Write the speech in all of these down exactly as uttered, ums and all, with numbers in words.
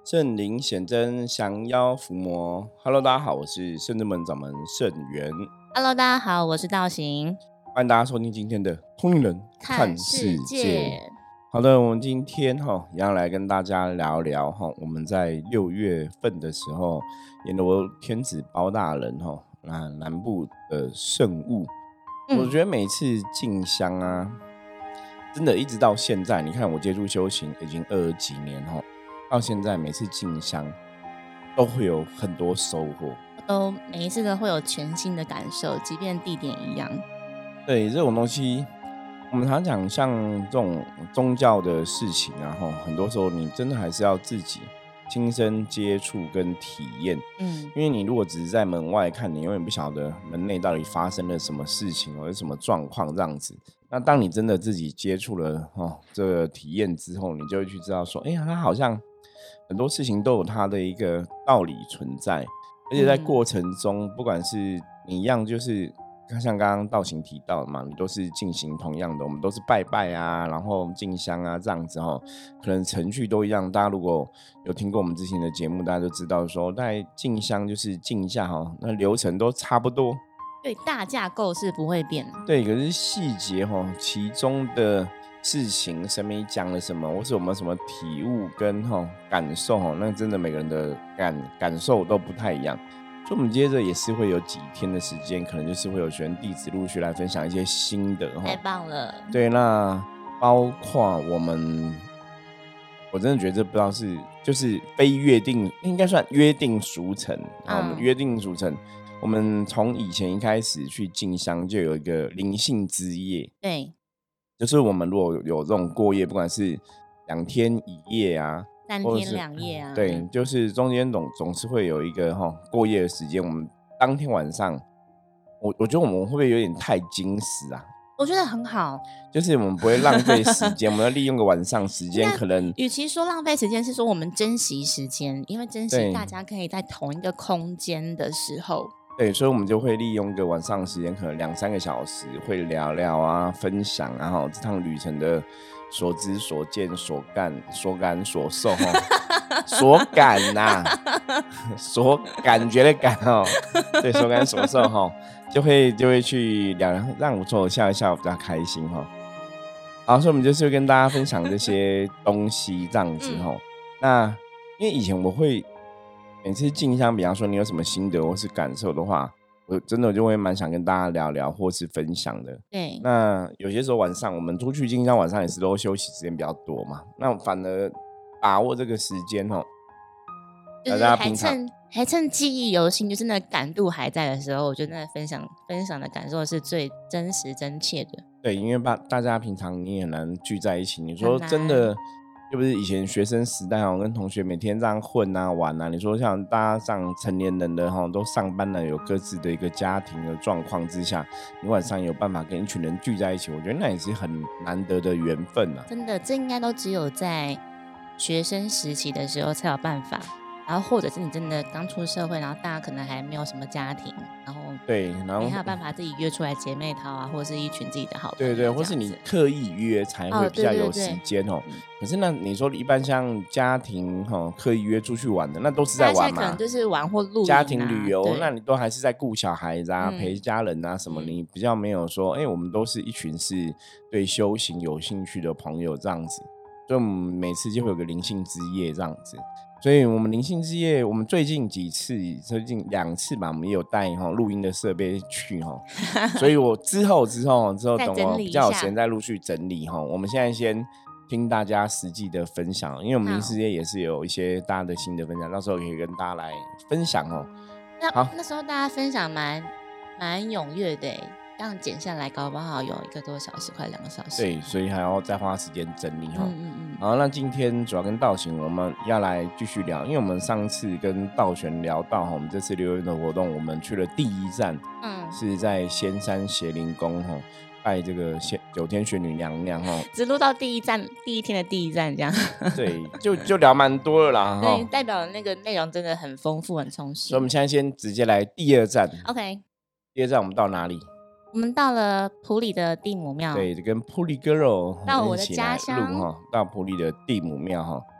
圣灵显真，降妖伏魔。Hello， 大家好，我是圣真门掌门圣元。 Hello， 大家好，我是道行。 欢迎大家收听今天的通灵人看世界。好的，我们今天哈一样来跟大家聊聊哈，我们在六月份的时候演罗天子包大人哈，那南部的圣物、嗯，我觉得每次进香啊，真的一直到现在，你看我接触修行已经二十几年哈。到现在每次进香都会有很多收获， 都每一次都会有全新的感受，即便地点一样。 对，这种东西我们常讲，像这种宗教的事情啊，很多时候你真的还是要自己亲身接触跟体验。嗯，因为你如果只是在门外看，你永远不晓得门内到底发生了什么事情或者什么状况这样子。那当你真的自己接触了、哦、这个体验之后，你就会去知道说，哎呀，它好像很多事情都有它的一个道理存在，而且在过程中，嗯、不管是你一样，就是像刚刚道行提到的嘛，你都是进行同样的，我们都是拜拜啊，然后进香啊这样子哈，可能程序都一样。大家如果有听过我们之前的节目，大家都知道说，大概进香就是进下哈，那流程都差不多。 对，大架构是不会变的。 对，可是细节哈，其中的事情，神明讲了什么，或是我们什么体悟跟哈感受哈，那真的每个人的感感受都不太一样。所以我们接着也是会有几天的时间，可能就是会有学员弟子陆续来分享一些心得哈。 太棒了。 对，那包括我们，我真的觉得这不知道是就是非约定，应该算约定俗成啊。我们约定俗成。我们从以前一开始去进香，就有一个灵性之夜。 对， 就是我们如果有这种过夜，不管是两天一夜啊， 三天两夜啊， 对，就是中间总总是会有一个哈过夜的时间。我们当天晚上，我我觉得我们会不会有点太矜持啊？ 我觉得很好， 就是我们不会浪费时间，我们要利用个晚上时间，可能与其说浪费时间，是说我们珍惜时间，因为珍惜大家可以在同一个空间的时候。 对，所以我们就会利用一个晚上时间，可能两三个小时，会聊聊啊，分享啊，然后这趟旅程的所知所见所感所感所受哈，所感呐、啊，所感觉的感哦，对，所感所受哈，就会就会去聊，让我坐笑一笑，比较开心哈。好，所以我们就是会跟大家分享这些东西这样子哈、嗯。那因为以前我会。每次进香，比方说你有什么心得或是感受的话，我真的就会蛮想跟大家聊聊或是分享的。 对， 那有些时候晚上我们出去进香，晚上也是都休息时间比较多嘛，那反而把握这个时间哦， 就是还趁还趁记忆犹新，就是那感度还在的时候，我觉得那分享分享的感受是最真实真切的。 对，因为大大家平常你也很难聚在一起，你说真的。又不是以前学生时代哦，跟同学每天这样混啊玩啊。你说像大家像成年人的哈，都上班了，有各自的一个家庭的状况之下，你晚上有办法跟一群人聚在一起，我觉得那也是很难得的缘分啊。 真的，这应该都只有在学生时期的时候才有办法。然后或者是你真的刚出社会，然后大家可能还没有什么家庭，然后对，然后没有办法自己约出来姐妹淘啊，或者是一群自己的好朋友， 对对，或是你刻意约才会比较有时间哦。哦对对对，可是那你说一般像家庭哈、哦、刻意约出去玩的，那都是在玩嘛， 可能就是玩或露营、啊、 家庭旅游，那你都还是在顾小孩子啊、嗯、陪家人啊什么，你比较没有说，哎、欸，我们都是一群是对修行有兴趣的朋友这样子，所以我们每次就会有个灵性之夜这样子。所以我们灵性之夜，我们最近几次，最近两次吧，我们也有带哈录音的设备去哈，所以我之后之后之后等我比较有时间再陆续整理哈。我们现在先听大家实际的分享，因为我们灵性之夜也是有一些大家的心得分享，到时候可以跟大家来分享哦。 那那时候大家分享蛮蛮踊跃的，这样剪下来搞不好有一个多小时，快两个小时。 对，所以还要再花时间整理哈。嗯嗯嗯。好，那今天主要跟道行我们要来继续聊，因为我们上次跟道玄聊到我们这次六月的活动，我们去了第一站，嗯，是在仙山邪灵宫哈，拜这个九天玄女娘娘哈。 只录到第一站，第一天的第一站这样。 对，就就聊蛮多了啦哈。 对，代表的那个内容真的很丰富、很充实。 所以我们现在先直接来第二站。 OK。 第二站我们到哪里？ 我们到了埔里的地母庙， 对，跟埔里 girl 到我的家乡哈，到埔里的地母庙哈。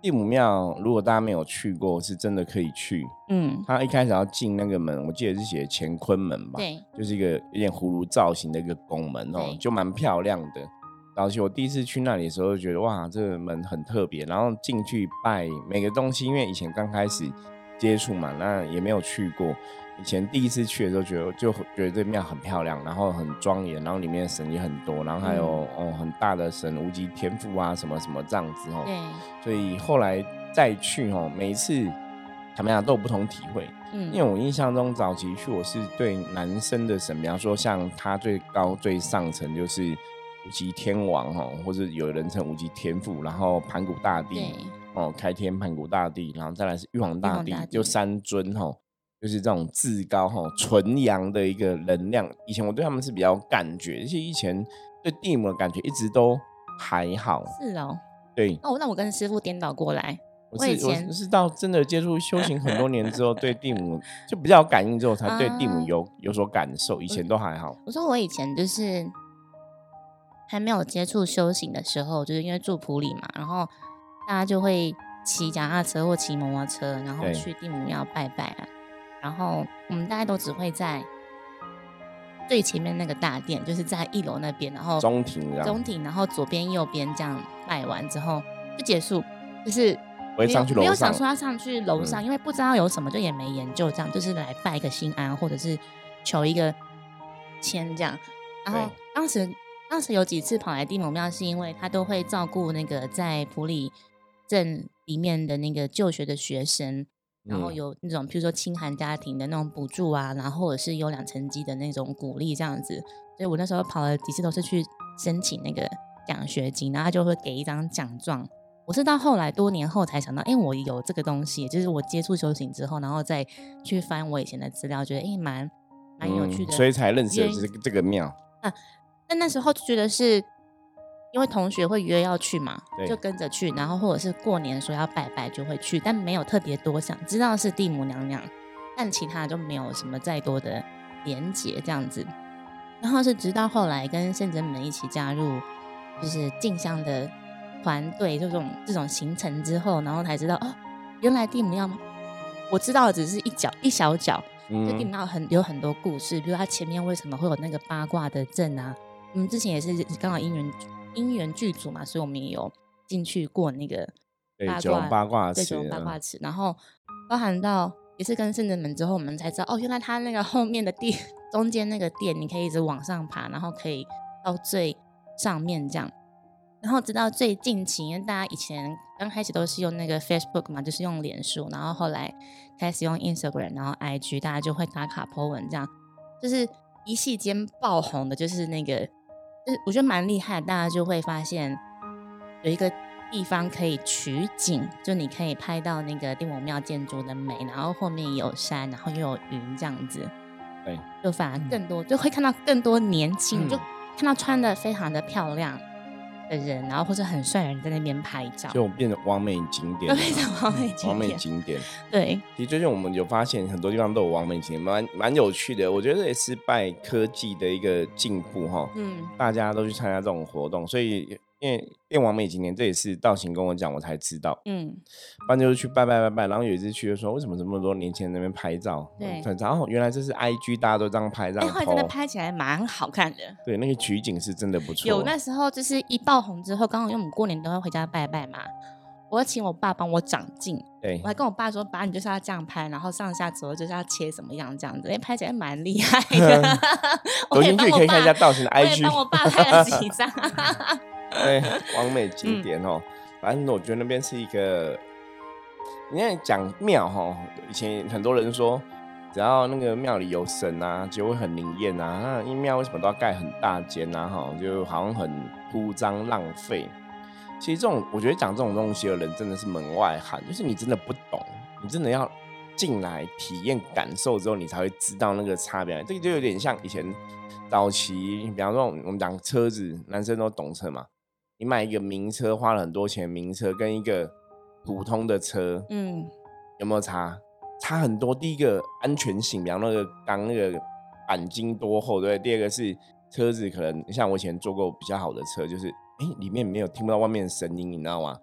地母庙如果大家没有去过，是真的可以去。嗯，他一开始要进那个门，我记得是写乾坤门吧， 对， 就是一个有点葫芦造型的一个拱门哦，就蛮漂亮的。早期我第一次去那里的时候，就觉得哇，这个门很特别。然后进去拜每个东西，因为以前刚开始接触嘛，那也没有去过。以前第一次去的时候，觉得就觉得这庙很漂亮，然后很庄严，然后里面的神也很多，然后还有、嗯、哦很大的神无极天父啊，什么什么这样子哦。 对。 所以后来再去哦，每一次他们俩都有不同体会。嗯，因为我印象中早期去，我是对男生的神，比方说像他最高最上层就是无极天王哦，或者有人称无极天父，然后盘古大帝哦，开天盘古大帝，然后再来是玉皇大帝，就三尊哦。就是这种至高吼纯阳的一个能量，以前我对他们是比较感觉，而且以前对地母的感觉一直都还好。 是哦， 对哦，那我跟师父颠倒过来。 我是我以前我是到真的接触修行很多年之后，对地母就比较有感应之后，才对地母有、啊、有所感受，以前都还好。 我说我以前就是还没有接触修行的时候，就是因为住埔里嘛，然后大家就会骑脚踏车或骑摩托车，然后去地母庙拜拜啊。然后我们大概都只会在最前面那个大殿，就是在一楼那边，然后中庭， 中庭，然后左边右边这样拜完之后就结束，就是不会上去楼上， 没有想说要上去楼上、嗯，因为不知道有什么，就也没研究，这样就是来拜一个心安，或者是求一个签这样。然后当时当时有几次跑来地母庙，是因为他都会照顾那个在埔里镇里面的那个就学的学生。然后有那种譬如说清寒家庭的那种补助啊，然后或者是优良成绩的那种鼓励这样子，所以我那时候跑了几次都是去申请那个奖学金，然后他就会给一张奖状。我是到后来多年后才想到，哎，我有这个东西，就是我接触修行之后，然后再去翻我以前的资料，觉得哎蛮蛮有趣的、嗯， 所以才认识了这个这个庙啊。但那时候就觉得是因为同学会约要去嘛，就跟着去，然后或者是过年说要拜拜就会去，但没有特别多想知道是地母娘娘，但其他就没有什么再多的连结这样子。然后是直到后来跟圣真们一起加入就是进香的团队这种这种行程之后，然后才知道哦，原来地母庙我知道的只是一角一小角，嗯，地母庙很有很多故事，比如它前面为什么会有那个八卦的阵啊，我们之前也是刚好因缘因缘具足嘛，所以我们也有进去过那个八卦八卦池， 对，八卦池，然后包含到也是跟圣真门之后，我们才知道哦，原来它那个后面的地中间那个殿，你可以一直往上爬，然后可以到最上面这样。然后直到最近期，因为大家以前刚开始都是用那个 Facebook 嘛，就是用脸书，然后后来开始用 Instagram， 然后 I G， 大家就会打卡 po 文这样，就是一夕间爆红的，就是那个。就是我觉得蛮厉害的，大家就会发现有一个地方可以取景，就你可以拍到那个地母庙建筑的美，然后后面有山，然后又有云这样子， 对， 就反而更多、嗯、就会看到更多年轻、嗯，就看到穿的非常的漂亮的人，然后或者很帅的人在那边拍照， 就变成完美景点， 变成完美景点， 完美景点。 对， 其实最近我们有发现很多地方都有完美景点，蛮蛮有趣的。我觉得也是拜科技的一个进步哈，嗯，大家都去参加这种活动，所以因为变完美景点，这也是道行跟我讲，我才知道，嗯，不然就是去拜拜拜拜，然后有一次去的时候，为什么这么多年轻人在那边拍照？ 对， 然后原来这是 I G， 大家都这样拍，这样 po， 后来真的拍起来蛮好看的。 对，那个取景是真的不错。 有那时候就是一爆红之后，刚好因为我们过年都会回家拜拜嘛，我请我爸帮我长镜， 对， 我还跟我爸说，爸你就是要这样拍，然后上下左右就是要切什么样这样子，因为拍起来蛮厉害的。 走进去可以看一下道行的 I G， 我也帮我爸拍了几张。 对，完美景点哦、嗯，反正我觉得那边是一个，你看讲庙哈，以前很多人说，只要那个庙里有神啊，就会很灵验啊。那因为庙为什么都要盖很大间啊？哈，就好像很铺张浪费。其实这种，我觉得讲这种东西的人真的是门外汉，就是你真的不懂，你真的要进来体验感受之后，你才会知道那个差别。这个就有点像以前早期，比方说我们讲车子，男生都懂车嘛。你买一个名车花了很多钱，名车跟一个普通的车，嗯，有没有差？差很多。第一个安全性，比方那个钢那个钣金多厚，对不对？第二个是车子可能像我以前坐过比较好的车，就是哎里面没有听不到外面的声音，你知道吗？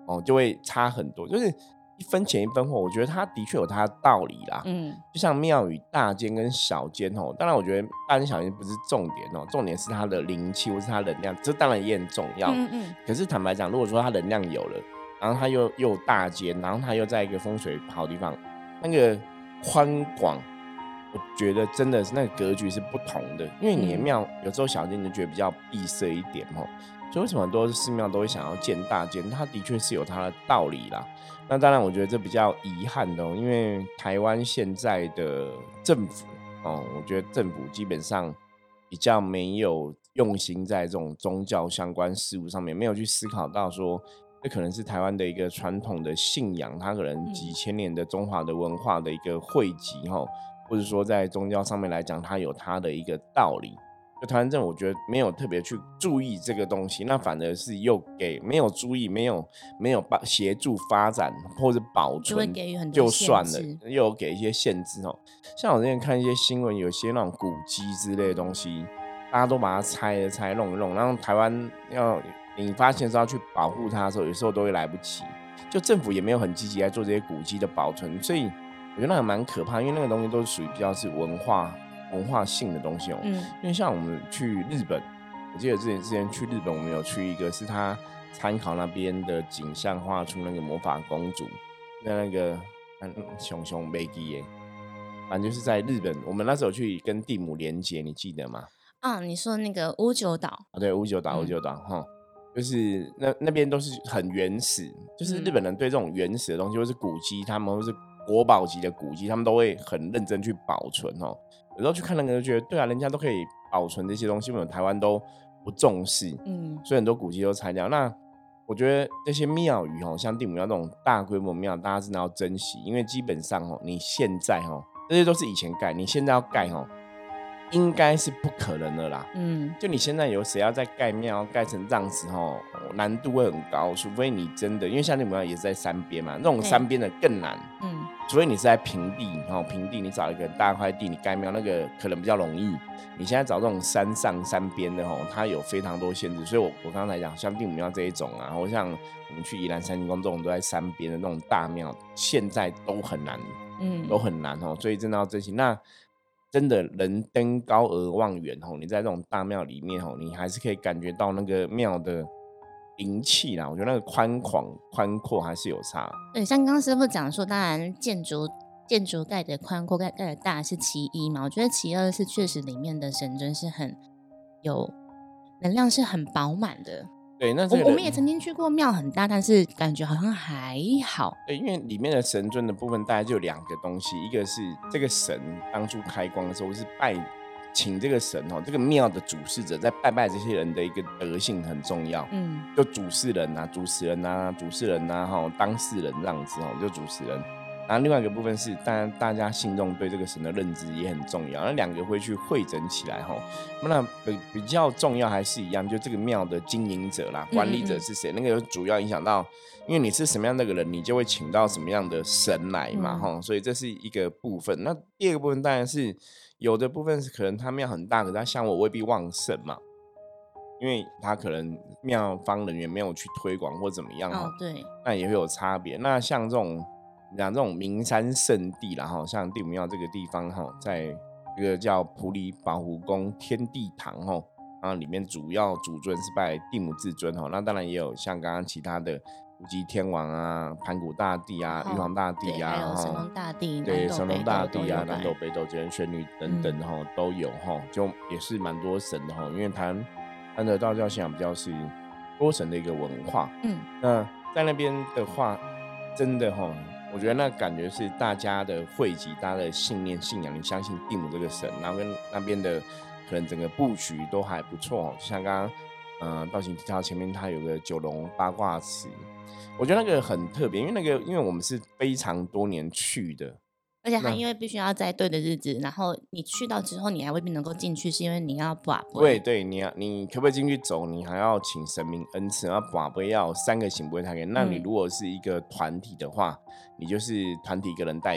哦，就会差很多，就是一分钱一分货，我觉得它的确有它的道理啦。嗯，就像庙宇大间跟小间哦，当然我觉得大间小间不是重点哦，重点是它的灵气或是它的能量，这当然也很重要。嗯嗯。可是坦白讲，如果说它能量有了，然后它又又大间，然后它又在一个风水好的地方，那个宽广，我觉得真的是那个格局是不同的。因为你的庙有时候小间你就觉得比较闭塞一点哦。所以为什么很多寺庙都会想要建大间？它的确是有它的道理啦。那当然，我觉得这比较遗憾的、哦，因为台湾现在的政府哦，我觉得政府基本上比较没有用心在这种宗教相关事务上面，没有去思考到说，这可能是台湾的一个传统的信仰，它可能几千年的中华的文化的一个汇集哈、哦，或者说在宗教上面来讲，它有它的一个道理。就台湾政府我觉得没有特别去注意这个东西，那反而是又给没有注意，没有没有协助发展或者保存，就算了，又有给一些限制哦。像我之前看一些新闻，有些那种古迹之类的东西，大家都把它拆了拆弄一弄，然后台湾要你发现是要去保护它的时候，有时候都会来不及，就政府也没有很积极来做这些古迹的保存，所以我觉得那个蛮可怕，因为那个东西都是属于比较是文化。文化性的东西哦，嗯，因为像我们去日本，我记得之前之前去日本，我们有去一个是他参考那边的景象画出那个魔法公主，那那个熊熊飞机耶，反正就是在日本，我们那时候去跟地母连结，你记得吗？ 啊，你说那个屋久岛啊，对，屋久岛，屋久岛哈，就是那那边都是很原始，就是日本人对这种原始的东西，或是古迹，他们或是国宝级的古迹，他们都会很认真去保存哦。有时候去看那个就觉得，对啊，人家都可以保存这些东西，为什么台湾都不重视？嗯，所以很多古迹都拆掉。那我觉得这些庙宇哦，像地母庙这种大规模庙，大家真的要珍惜，因为基本上哦，你现在哦，这些都是以前盖，你现在要盖哦，应该是不可能的啦。嗯，就你现在有谁要再盖庙，盖成这样子哦，难度会很高，除非你真的，因为像地母庙也是在山边嘛，那种山边的更难。嗯。所以你是在平地，然后平地你找一个大块地，你盖庙那个可能比较容易。你现在找这种山上山边的吼，它有非常多限制。所以我我刚才讲像地母庙这一种啊，或像我们去宜兰三清宫这种都在山边的那种大庙，现在都很难，嗯，都很难哦。所以真的要珍惜。那真的人登高而望远吼，你在这种大庙里面吼，你还是可以感觉到那个庙的灵气啦，我觉得那个宽广宽阔还是有差。 对，像刚刚师傅讲说，当然建筑建筑盖的宽阔、盖盖的大是其一嘛。我觉得其二是确实里面的神尊是很有能量，是很饱满的。 对，那这个我们也曾经去过庙很大，但是感觉好像还好。 对，因为里面的神尊的部分大概就有两个东西，一个是这个神当初开光的时候是拜。请这个神哦，这个庙的主事者在拜拜这些人的一个德性很重要，嗯，就主事人啊、主持人啊、主事人啊、哈、当事人这样子哦，就主持人。然后另外一个部分是，当然大家信众对这个神的认知也很重要，那两个会去汇整起来哈。那比比较重要还是一样，就这个庙的经营者啦、管理者是谁，那个主要影响到，因为你是什么样的一个人，你就会请到什么样的神来嘛哈、嗯，所以这是一个部分。那第二个部分当然是。有的部分是可能他庙很大，可是他香火未必旺盛嘛，因为他可能庙方人员没有去推广或怎么样， 哦，对， 那也会有差别。那像这种讲这种名山圣地啦，哈，像地母庙这个地方哈，在这个叫埔里保护宫天地堂哈，然后里面主要主尊是拜地母至尊哈，那当然也有像刚刚其他的。无极天王啊，盘古大帝啊，玉皇大帝啊， 还有神农大帝， 对，神农大帝啊，南斗北斗九天玄女等等哈、嗯、都有哈，就也是蛮多神的哈，因为台湾的道教信仰比较是多神的一个文化，嗯，那在那边的话，真的哈，我觉得那感觉是大家的汇集，大家的信念信仰，你相信地母这个神，然后跟那边的可能整个布局都还不错，就像刚刚。呃，道行提到前面它有个九龙八卦池，我觉得那个很特别，因为那个因为我们是非常多年去的， 而且还因为必须要在对的日子，然后你去到之后，你还未必能够进去，是因为你要跋杯。 对对，你要你可不可以进去走？你还要请神明恩赐，然后跋杯要三个行不会才可以。那你如果是一个团体的话，你就是团体一个人代表。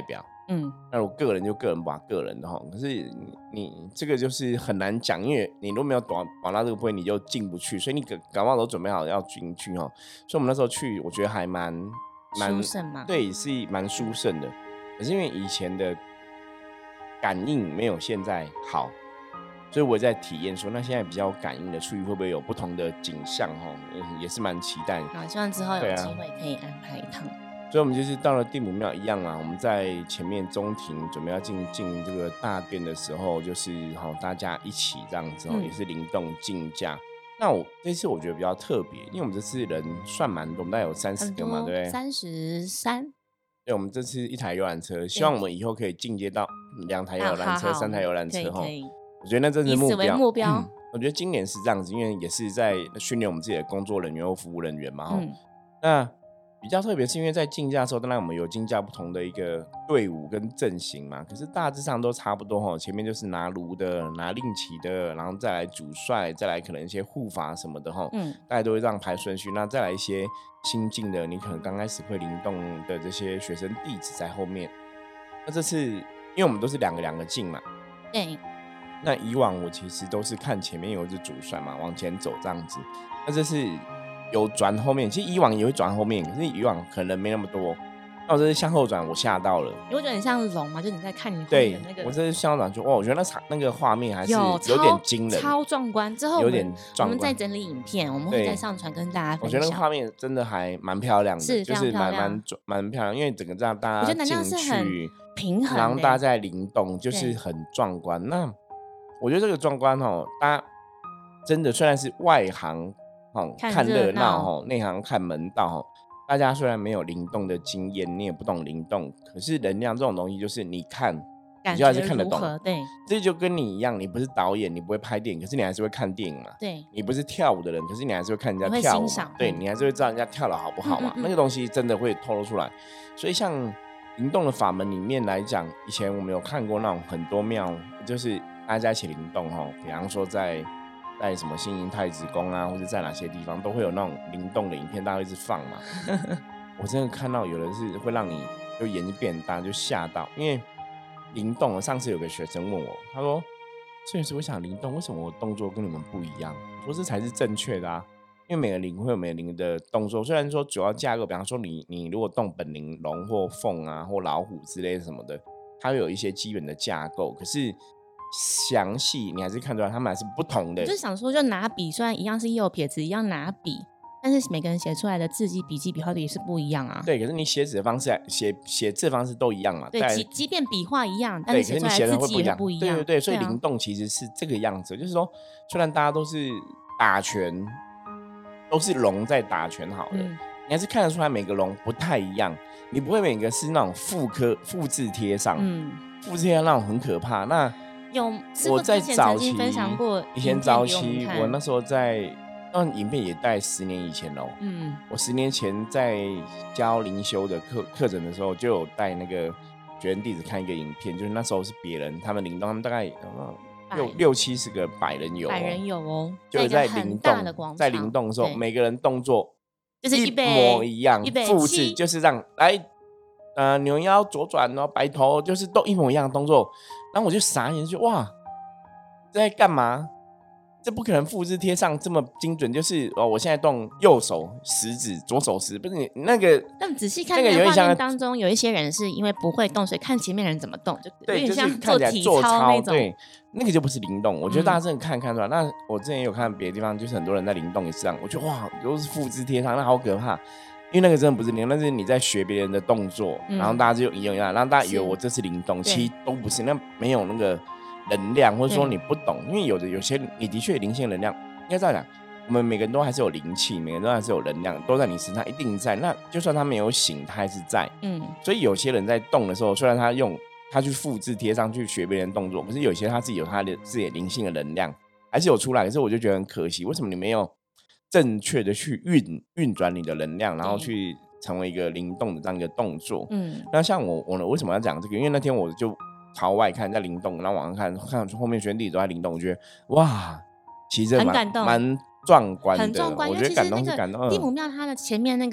嗯，那我个人就个人把个人的哈，可是你你这个就是很难讲，因为你如果没有跑跑到这个部位，你就进不去，所以你搞不好都准备好要进去哈。所以我们那时候去，我觉得还蛮蛮殊胜嘛， 对，是蛮殊胜的。可是因为以前的感应没有现在好，所以我在体验说，那现在比较有感应的出去会不会有不同的景象哈？也是蛮期待的。 好，希望之后有机会可以安排一趟。 所以我们就是到了地母庙一样啊，我们在前面中庭准备要进进这个大殿的时候，就是哈大家一起这样子哦，嗯、也是灵动竞价。那我这次我觉得比较特别，因为我们这次人算蛮多，我们大概有三十个嘛，对不对？ 三十三。 对，我们这次一台游览车，希望我们以后可以进阶到两台游览车、三台游览车哈。我觉得那真是目标。 目标、嗯。 我觉得今年是这样子，因为也是在训练我们自己的工作人员或服务人员嘛哈、嗯。那比较特别是因为在竞价的时候，当然我们有竞价不同的一个队伍跟阵型嘛，可是大致上都差不多哈。前面就是拿炉的、拿令旗的，然后再来主帅，再来可能一些护法什么的哈，嗯，大家都会这样排顺序。那再来一些新进的，你可能刚开始会灵动的这些学生弟子在后面。那这次因为我们都是两个两个进嘛， 对。 那以往我其实都是看前面有一只主帅嘛，往前走这样子。那这是有转后面，其实以往也会转后面，可是以往可能没那么多。那我这是向后转，我吓到了。 你会觉得很像龙吗？就你在看你后面的那个。 对，我这是向后转就哇，我觉得那场那个画面还是有点惊人， 超壮观。之后有点壮观。 我们在整理影片，我们会再上传跟大家分享。 我觉得那个画面真的还蛮漂亮的， 是就是蛮蛮蛮漂亮，因为整个这样大家进去平衡， 然后大家在灵动，就是很壮观。那我觉得这个壮观哦，大家真的虽然是外行。哦、看热闹，内行看门道。大家虽然没有灵动的经验，你也不懂灵动，可是能量这种东西就是你看你就还是看得懂。 对， 这就跟你一样，你不是导演，你不会拍电影，可是你还是会看电影嘛。 对， 你不是跳舞的人，可是你还是会看人家跳舞嘛。对，你还是会知道人家跳得好不好嘛。嗯嗯嗯，那个东西真的会透露出来。所以像灵动的法门里面来讲，以前我们有看过那种很多庙，就是大家一起灵动哈，比方说在。在什么新营太子宫啊，或者在哪些地方都会有那种灵动的影片，大家会一直放嘛。我真的看到有的是会让你就眼睛变大，就吓到，因为灵动了。上次有个学生问我，他说：“摄影师，我想灵动，为什么我动作跟你们不一样？”我说：“这才是正确的啊，因为每个灵会有每个灵的动作。虽然说主要架构，比方说你你如果动本灵龙或凤啊或老虎之类什么的，它会有一些基本的架构，可是。”详细你还是看出来他们还是不同的。 我就想说，就拿笔，虽然一样是右撇子，一样拿笔，但是每个人写出来的字迹、笔记、笔画也是不一样啊。 对，可是你写纸的方式、写写字的方式都一样嘛。 对，即即便笔画一样，但是写出来的字迹也不一样。 对对对，所以灵动其实是这个样子，就是说，虽然大家都是打拳，都是龙在打拳好了，嗯、你还是看得出来每个龙不太一样。你不会每个是那种复刻、复制贴上，嗯，复制贴上那种很可怕。那有， 我在早期分享过， 以前早期我那时候在，那影片也带十年以前喽。嗯，我十年前在教灵修的课课程的时候，就有带那个学生弟子看一个影片，就是那时候是别人他们灵动，他们大概六六七十个百人有、哦， 百人有哦， 就是在灵动，在灵动的时候，每个人动作就是一模一样，复制就是让来。呃，扭腰左转哦，摆头就是都一模一样的动作，然后我就傻眼，就哇，这在干嘛？这不可能复制贴上这么精准，就是哦，我现在动右手食指，左手食，不是你那个。 但仔细看那个画面当中，有一些人是因为不会动，所以看前面人怎么动，就有点像做体操那种。 对，那个就不是灵动。我觉得大家真的看看出来。嗯、那我之前也有看别的地方，就是很多人在灵动也是这样，我觉得哇，都是复制贴上，那好可怕。因为那个真的不是灵动，那是你在学别人的动作，嗯、然后大家就一样一样，让大家以为我这是灵动，其实都不是，那没有那个能量，或者说你不懂，因为有的有些你的确灵性能量，应该这样讲，我们每个人都还是有灵气，每个人都还是有能量，都在你身上一定在。那就算他没有醒，他还是在。嗯，所以有些人在动的时候，虽然他用他去复制贴上去学别人动作，可是有些他自己有他的自己的灵性的能量，还是有出来。可是我就觉得很可惜，为什么你没有正确的去运运转你的能量，然后去成为一个灵动的这样一个动作？嗯，那像我我呢为什么要讲这个？因为那天我就朝外看，在灵动，然后往上看，看后面学弟都在灵动，我觉得哇，其实蛮蛮壮观的， 很壮观。 我觉得感动是感动。 地母庙它的前面那个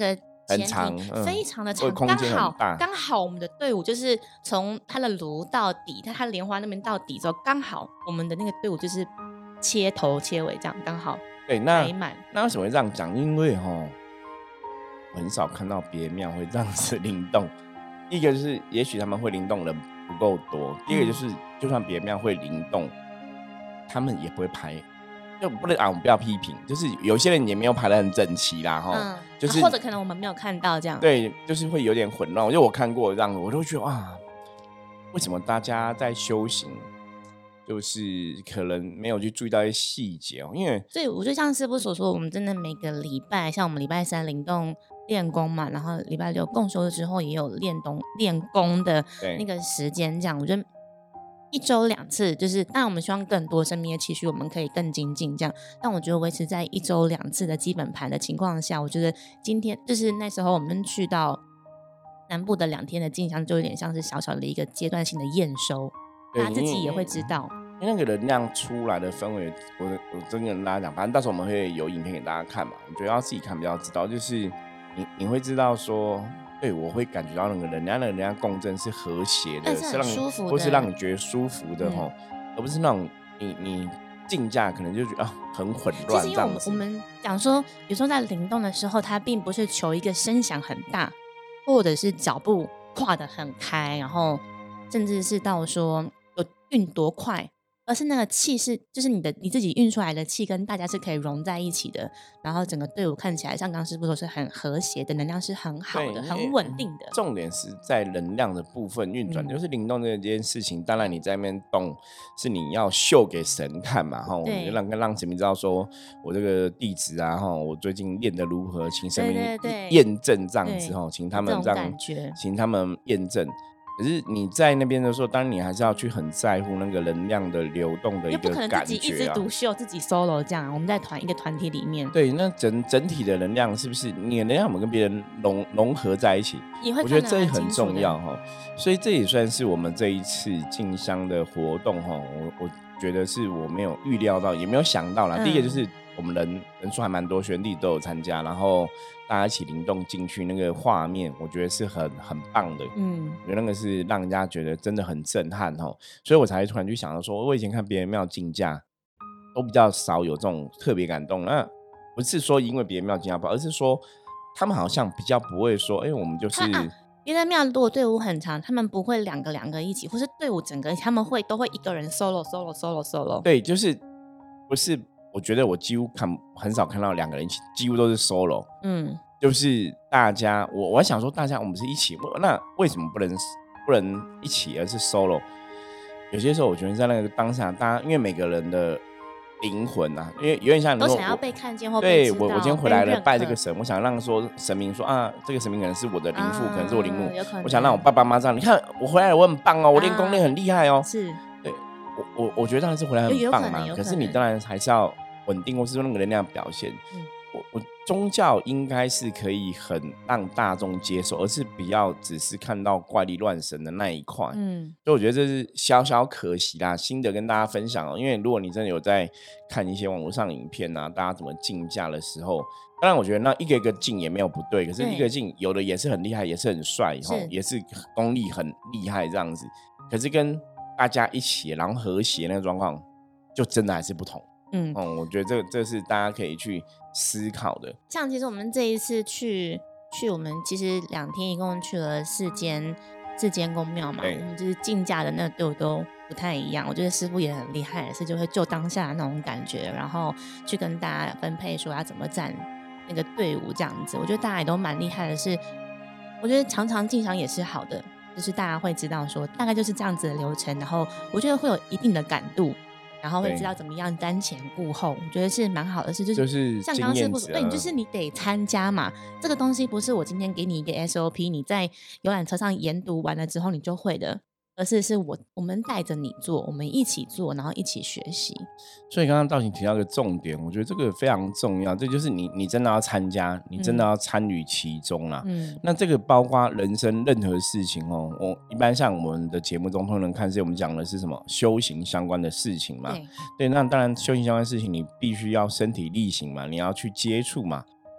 前很长、 庭非常的长， 空间很大， 刚好我们的队伍就是从它的炉到底，它它莲花那边到底之后，刚好我们的那个队伍就是切头切尾这样，刚好对，那排满。 那为什么会这样讲？因为哈，很少看到别庙会这样子灵动。一个就是也许他们会灵动人不够多，第二个就是、嗯、就算别庙会灵动，他们也不会排，就不能啊，我们不要批评，就是有些人也没有排得很整齐啦，哈、嗯，就是、 啊、或者可能我们没有看到这样， 对，就是会有点混乱。就我看过这样，我就觉得啊，为什么大家在修行，就是可能没有去注意到一些细节哦？因为所以我就像师父所说，我们真的每个礼拜，像我们礼拜三灵动练功嘛，然后礼拜六共修之后也有练功练功的那个时间，这样我觉得一周两次，就是当然我们希望更多生命的期许，我们可以更精进这样。但我觉得维持在一周两次的基本盘的情况下，我觉得今天就是那时候我们去到南部的两天的进香，就有点像是小小的一个阶段性的验收，大家自己也会知道。 因为那个能量出来的氛围，我我真的跟大家讲，反正到时候我们会有影片给大家看嘛。我觉得要自己看比较知道，就是你你会知道说，对我会感觉到那个能量，那个能量共振是和谐的， 是很舒服的， 或是让你觉得舒服的哈、嗯，而不是那种你你竞价可能就觉得啊很混乱。 其实因为我们我们讲说，有时候在灵动的时候，它并不是求一个声响很大，或者是脚步跨得很开，然后甚至是到说有运多快。而是那个气是，就是你的你自己运出来的气跟大家是可以融在一起的，然后整个队伍看起来像刚刚师父说是很和谐的，能量是很好的，很稳定的。 重点是在能量的部分运转、嗯，就是灵动这件事情。当然你在那边动，是你要秀给神看嘛，哈，让让神明知道说我这个弟子啊，哈，我最近练得如何，请神明验证这样子，哈，请他们这样，请他们验证。可是你在那边的时候，当然你还是要去很在乎那个能量的流动的一个感觉啊。 不可能自己一枝独秀，自己 solo 这样。我们在团一个团体里面， 对，那整整体的能量是不是你的能量有没有跟别人融融合在一起？ 也会， 我觉得这很重要哈。所以这也算是我们这一次进香的活动哈。我我觉得是我没有预料到，也没有想到啦。嗯、第一个就是我们人人数还蛮多，学弟都有参加，然后大家一起灵动进去，那个画面我觉得是很很棒的。嗯，我觉得那个是让人家觉得真的很震撼哈。所以我才突然就想到说，我以前看别人庙竞价都比较少有这种特别感动。那不是说因为别人庙竞价不好，而是说他们好像比较不会说，哎、欸，我们就是。 别的庙如果队伍很长，他们不会两个两个一起，或是队伍整个他们会都会一个人 solo solo solo solo。 对，就是不是？我觉得我几乎看很少看到两个人一起，几乎都是 solo。嗯，就是大家，我我想说，大家我们是一起，那为什么不能不能一起，而是 solo？ 有些时候我觉得在那个当下，大家因为每个人的灵魂啊，因为有点像你说都想要被看见或被知道。 对，我我今天回来了，拜这个神，我想让说神明说啊，这个神明可能是我的灵父、啊，可能是我灵母，我想让我爸爸妈妈这样，你看我回来了，我很棒哦，我练功练很厉害哦。 是， 对我我我觉得当然是回来很棒嘛，可, 可是你当然还是要稳定，或是说那个能量表现。嗯，我我宗教应该是可以很让大众接受，而是不要只是看到怪力乱神的那一块。嗯，所以我觉得这是小小可惜啦，心得跟大家分享哦。因为如果你真的有在看一些网络上影片啊，大家怎么竞价的时候，当然我觉得那一个一个竞也没有不对，可是一个竞有的也是很厉害，也是很帅，也是功力很厉害这样子。可是跟大家一起然后和谐那个状况，就真的还是不同。嗯, 嗯，我觉得这这是大家可以去思考的。 像其实我们这一次去去，我们其实两天一共去了四间四间宫庙嘛，我们就是竞价的那个队伍都不太一样。我觉得师父也很厉害，是就会就当下那种感觉，然后去跟大家分配说要怎么站那个队伍这样子。我觉得大家也都蛮厉害的是，我觉得常常进香也是好的，就是大家会知道说大概就是这样子的流程，然后我觉得会有一定的感度。然后会知道怎么样瞻前顾后，我觉得是蛮好的事， 就是像刚刚师父说，对，你就是你得参加嘛，这个东西不是我今天给你一个 S O P， 你在游览车上研读完了之后你就会的，而是是我我们带着你做，我们一起做，然后一起学习。 所以刚刚道晴提到一个重点，我觉得这个非常重要，这就是你你真的要参加，你真的要参与其中啦。嗯，那这个包括人生任何事情哦，我一般像我们的节目中通常看是我们讲的是什么修行相关的事情嘛。对，对，那当然修行相关的事情你必须要身体力行嘛，你要去接触嘛。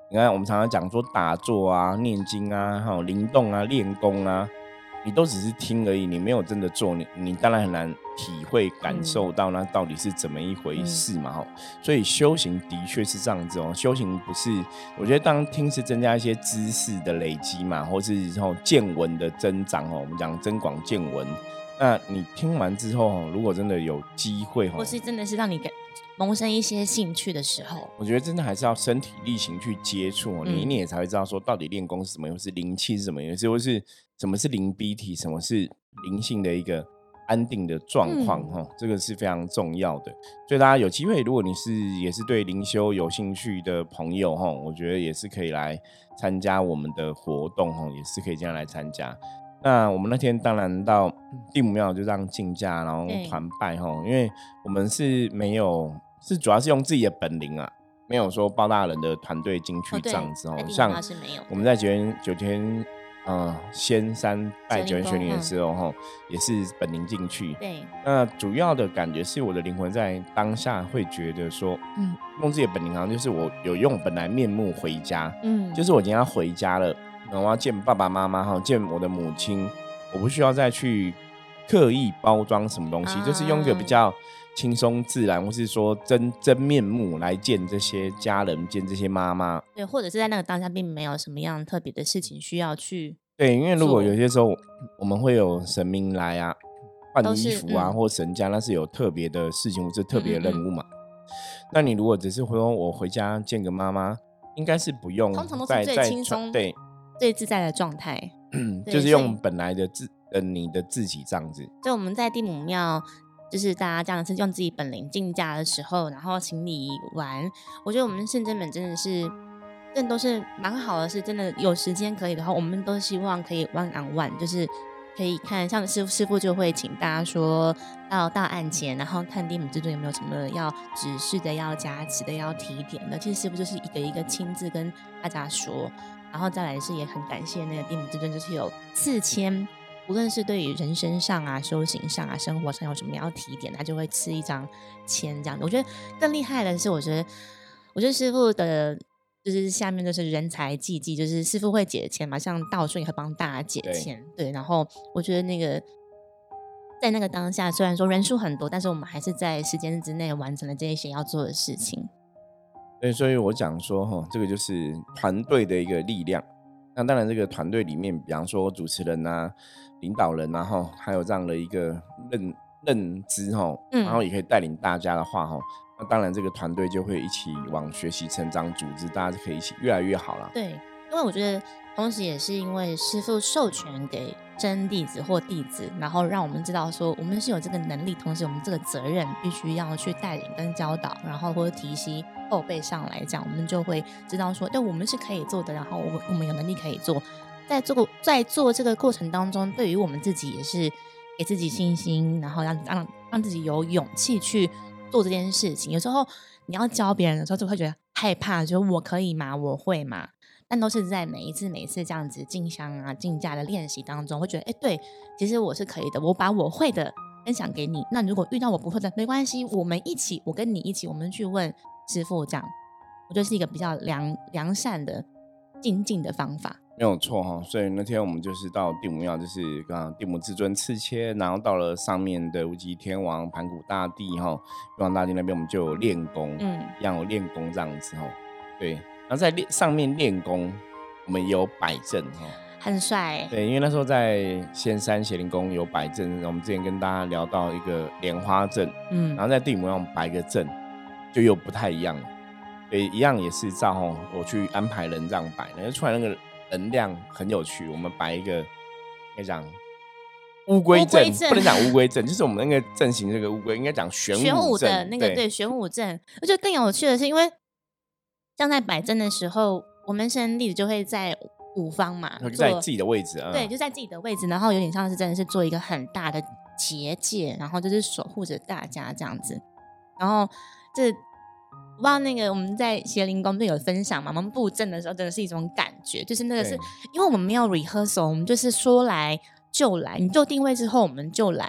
你看我们常常讲说打坐啊、念经啊、还有灵动啊、练功啊，你都只是听而已，你没有真的做，你你当然很难体会感受到那到底是怎么一回事嘛。嗯、所以修行的确是这样子哦，修行不是，我觉得当听是增加一些知识的累积嘛，或是见闻的增长哦。我们讲增广见闻，那你听完之后，如果真的有机会， 或是真的是让你萌生一些兴趣的时候， 我觉得真的还是要身体力行去接触，你你也才会知道说到底练功是什么，又是灵气是什么，又是或是什么是灵逼体，什么是灵性的一个安定的状况、嗯、这个是非常重要的。所以大家有机会，如果你是也是对灵修有兴趣的朋友，我觉得也是可以来参加我们的活动，也是可以这样来参加。那我们那天当然到地母庙就这样竞价，然后团拜，因为我们是没有，是主要是用自己的本领啊，没有说包大人的团队进去这样子、哦、像我们在九天九天呃仙山拜九天玄灵的时候、嗯、也是本灵进去。 对， 那主要的感觉是我的灵魂在当下会觉得说，嗯，用自己的本领好像就是我有用本来面目回家，嗯，就是我今天要回家了。我要见爸爸妈妈，见我的母亲，我不需要再去刻意包装什么东西、啊、就是用一个比较轻松自然，或是说 真, 真面目来见这些家人，见这些妈妈。 对，或者是在那个当下并没有什么样特别的事情需要去。 对，因为如果有些时候我们会有神明来啊，换衣服啊、嗯、或神家，那是有特别的事情或是特别的任务嘛、嗯嗯。那你如果只是说我回家见个妈妈，应该是不用， 通常都是最轻松， 对， 最自在的状态， 就是用本来的自呃你的自己这样子。 就我们在地母庙，就是大家这样子用自己本领竞价的时候，然后行礼完，我觉得我们圣真门真的是，真的都是蛮好的，是真的有时间可以的话，我们都希望可以 one on one， 就是可以看，像师傅师傅就会请大家说到到案前，然后看地母至尊有没有什么要指示的、要加持的、要提点的。其实师傅就是一个一个亲自跟大家说。然后再来是也很感谢那个地母至尊，就是有赐签，无论是对于人生上啊、修行上啊、生活上有什么要提点，他就会赐一张签这样的。我觉得更厉害的是，我觉得我觉得师傅的就是下面就是人才济济，就是师傅会解签嘛，像道顺也会帮大家解签， 对, 对。然后我觉得那个在那个当下，虽然说人数很多，但是我们还是在时间之内完成了这一些要做的事情。 对，所以我讲说这个就是团队的一个力量。那当然这个团队里面，比方说主持人啊、领导人啊，还有这样的一个 认, 认知、嗯、然后也可以带领大家的话，那当然这个团队就会一起往学习成长组织，大家就可以一起越来越好了。 对，因为我觉得同时也是因为师父授权给真弟子或弟子，然后让我们知道说我们是有这个能力，同时我们这个责任必须要去带领跟教导，然后或者提携后辈上来，这样我们就会知道说对，我们是可以做的，然后我们我们有能力可以做。在做在做这个过程当中，对于我们自己也是给自己信心，然后让让让自己有勇气去做这件事情。有时候你要教别人的时候，就会觉得害怕，就是我可以吗？我会吗？但都是在每一次每一次这样子进香啊、竞价的练习当中，会觉得哎，对，其实我是可以的。我把我会的分享给你，那如果遇到我不会的，没关系，我们一起，我跟你一起，我们去问师父，这样我觉得是一个比较良良善的精进的方法。 没有错哈，所以那天我们就是到地母庙，就是刚地母至尊赐签，然后到了上面的无极天王、盘古大帝哈、玉皇大帝那边，我们就有练功，嗯，一样有练功这样子哈，对，然后在上面练功，我们也有摆阵哈， 很帅， 对，因为那时候在仙山邪灵宫有摆阵，我们之前跟大家聊到一个莲花阵，嗯，然后在地母庙我们摆一个阵，就又不太一样了，对，一样也是照我去安排人这样摆，然后出来那个能量很有趣。我们摆一个，应该讲乌龟阵，不能讲乌龟阵，就是我们那个阵型这个乌龟，应该讲玄武阵， 玄武的那个 对, 对玄武阵。我觉得更有趣的是，因为像在摆阵的时候，我们圣弟子就会在五方嘛， 在自己的位置、啊， 对，就在自己的位置，然后有点像是真的是做一个很大的结界，然后就是守护着大家这样子。然后这。不知道那个我们在邪灵宫就有分享嘛？我们布阵的时候真的是一种感觉，就是那个是因为我们没有 rehearsal， 我们就是说来就来，你就定位之后我们就来，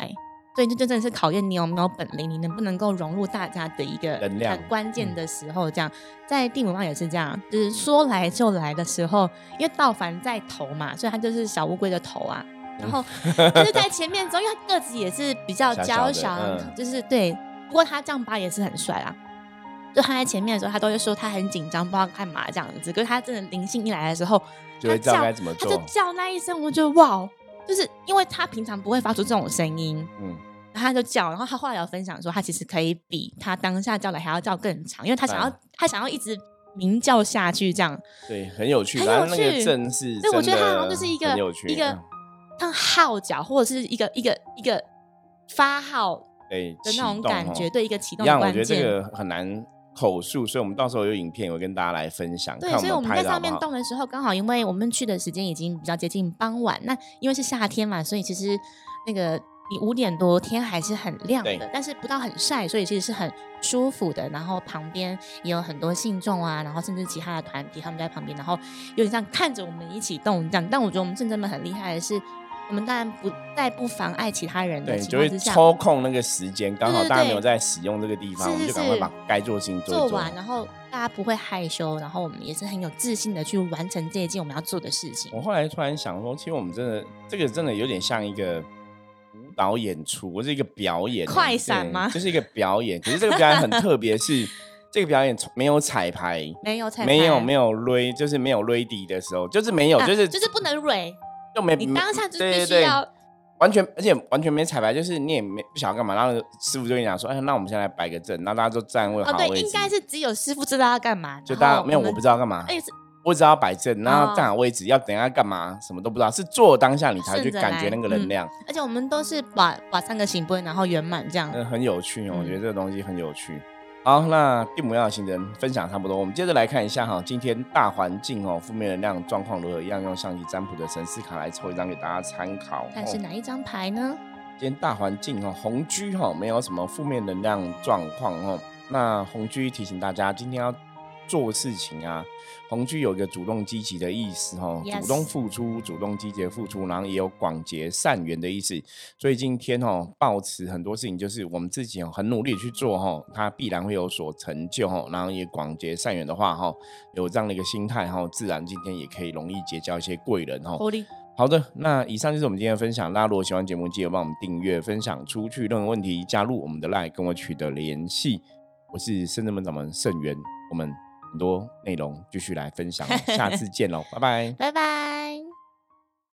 所以就真的是考验你有没有本领，你能不能够融入大家的一个很关键的时候。这样、嗯、在地母庙也是这样，就是说来就来的时候，因为道凡在头嘛，所以他就是小乌龟的头啊，然后就是在前面走，因为他个子也是比较娇小，嗯、就是对，不过他这样拔也是很帅啊。就他在前面的时候，他都会说他很紧张，不知道干嘛这样子。可是他真的灵性一来的时候， 就会知道该怎么做， 他就叫那一声，我觉得哇，就是因为他平常不会发出这种声音，嗯，然后他就叫，然后他后来有分享说，他其实可以比他当下叫的还要叫更长，因为他想要、啊、他想要一直鸣叫下去，这样对，很有趣，很有趣。那个阵势， 所以我觉得他好像就是一个一个像号角或者是一个一个一个发号的那种感觉，对，一个启动的关键。 我觉得这个很难口述，所以我们到时候有影片我跟大家来分享。 对，所以我们在上面动的时候，刚好因为我们去的时间已经比较接近傍晚，那因为是夏天嘛，所以其实那个你五点多天还是很亮的，但是不到很晒，所以其实是很舒服的。然后旁边也有很多信众啊，然后甚至其他的团体他们在旁边，然后有点像看着我们一起动这样。但我觉得我们圣真们很厉害的是，我们当然不在不妨碍其他人的情况之下， 对，就会抽空那个时间，刚好大家没有在使用这个地方， 对对对， 我们就赶快把该做的事情做一做， 做完，然后大家不会害羞，然后我们也是很有自信的去完成这一件我们要做的事情。 我后来突然想说，其实我们真的这个真的有点像一个舞蹈演出，或是一个表演， 快闪吗？ 就是一个表演，可是这个表演很特别，是这个表演没有彩排， 没有彩排， 没有没有 ready， 就是没有 ready 的时候，就是没有，啊、就是就是不能 ready， 就没你当下就必须要。 对对对，完全，而且完全没彩排，就是你也没不晓得干嘛，然后师傅就跟你讲说，哎，那我们现在来摆个阵，然后大家就站位好位置。 哦，对，应该是只有师傅知道要干嘛， 就大家没有，我不知道干嘛， 哎， 我只知道摆阵，然后站好位置，哦、要等一下干嘛，什么都不知道，是做当下你才去感觉那个能量。 嗯、而且我们都是把把三个行杯，然后圆满这样， 嗯，很有趣哦，我觉得这个东西很有趣。好，那地母庙的行人分享差不多，我们接着来看一下哈，今天大环境哦，负面能量状况如何？一样用象棋占卜的神士卡来抽一张给大家参考。 看是哪一张牌呢？ 今天大环境哦，红居哈没有什么负面能量状况哦。那红居提醒大家，今天要做事情啊，红居有一个主动积极的意思哦， yes. 主动付出，主动积极的付出，然后也有广结善缘的意思。所以今天哦，抱持很多事情就是我们自己哦很努力去做哦，它必然会有所成就哦，然后也广结善缘的话哦，有这样的一个心态哦，自然今天也可以容易结交一些贵人哦。好的，那以上就是我们今天的分享。大家如果喜欢节目，记得帮我们订阅、分享出去。任何问题加入我们的 LINE 跟我取得联系。我是圣真门掌门圣元，我们很多内容继续来分享，下次见喽，拜拜， 拜拜。